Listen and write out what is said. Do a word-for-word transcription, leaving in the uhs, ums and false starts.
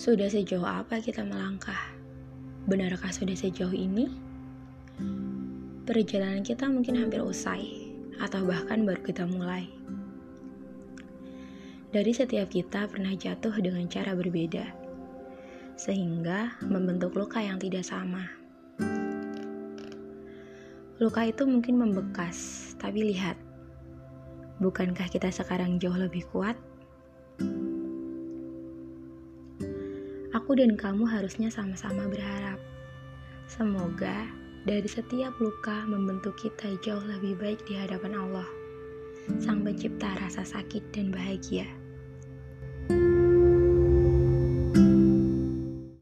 Sudah sejauh apa kita melangkah? Benarkah sudah sejauh ini? Perjalanan kita mungkin hampir usai, atau bahkan baru kita mulai. Dari setiap kita pernah jatuh dengan cara berbeda, sehingga membentuk luka yang tidak sama. Luka itu mungkin membekas, tapi lihat, bukankah kita sekarang jauh lebih kuat? Aku dan kamu harusnya sama-sama berharap. Semoga dari setiap luka membentuk kita jauh lebih baik di hadapan Allah, Sang Pencipta rasa sakit dan bahagia.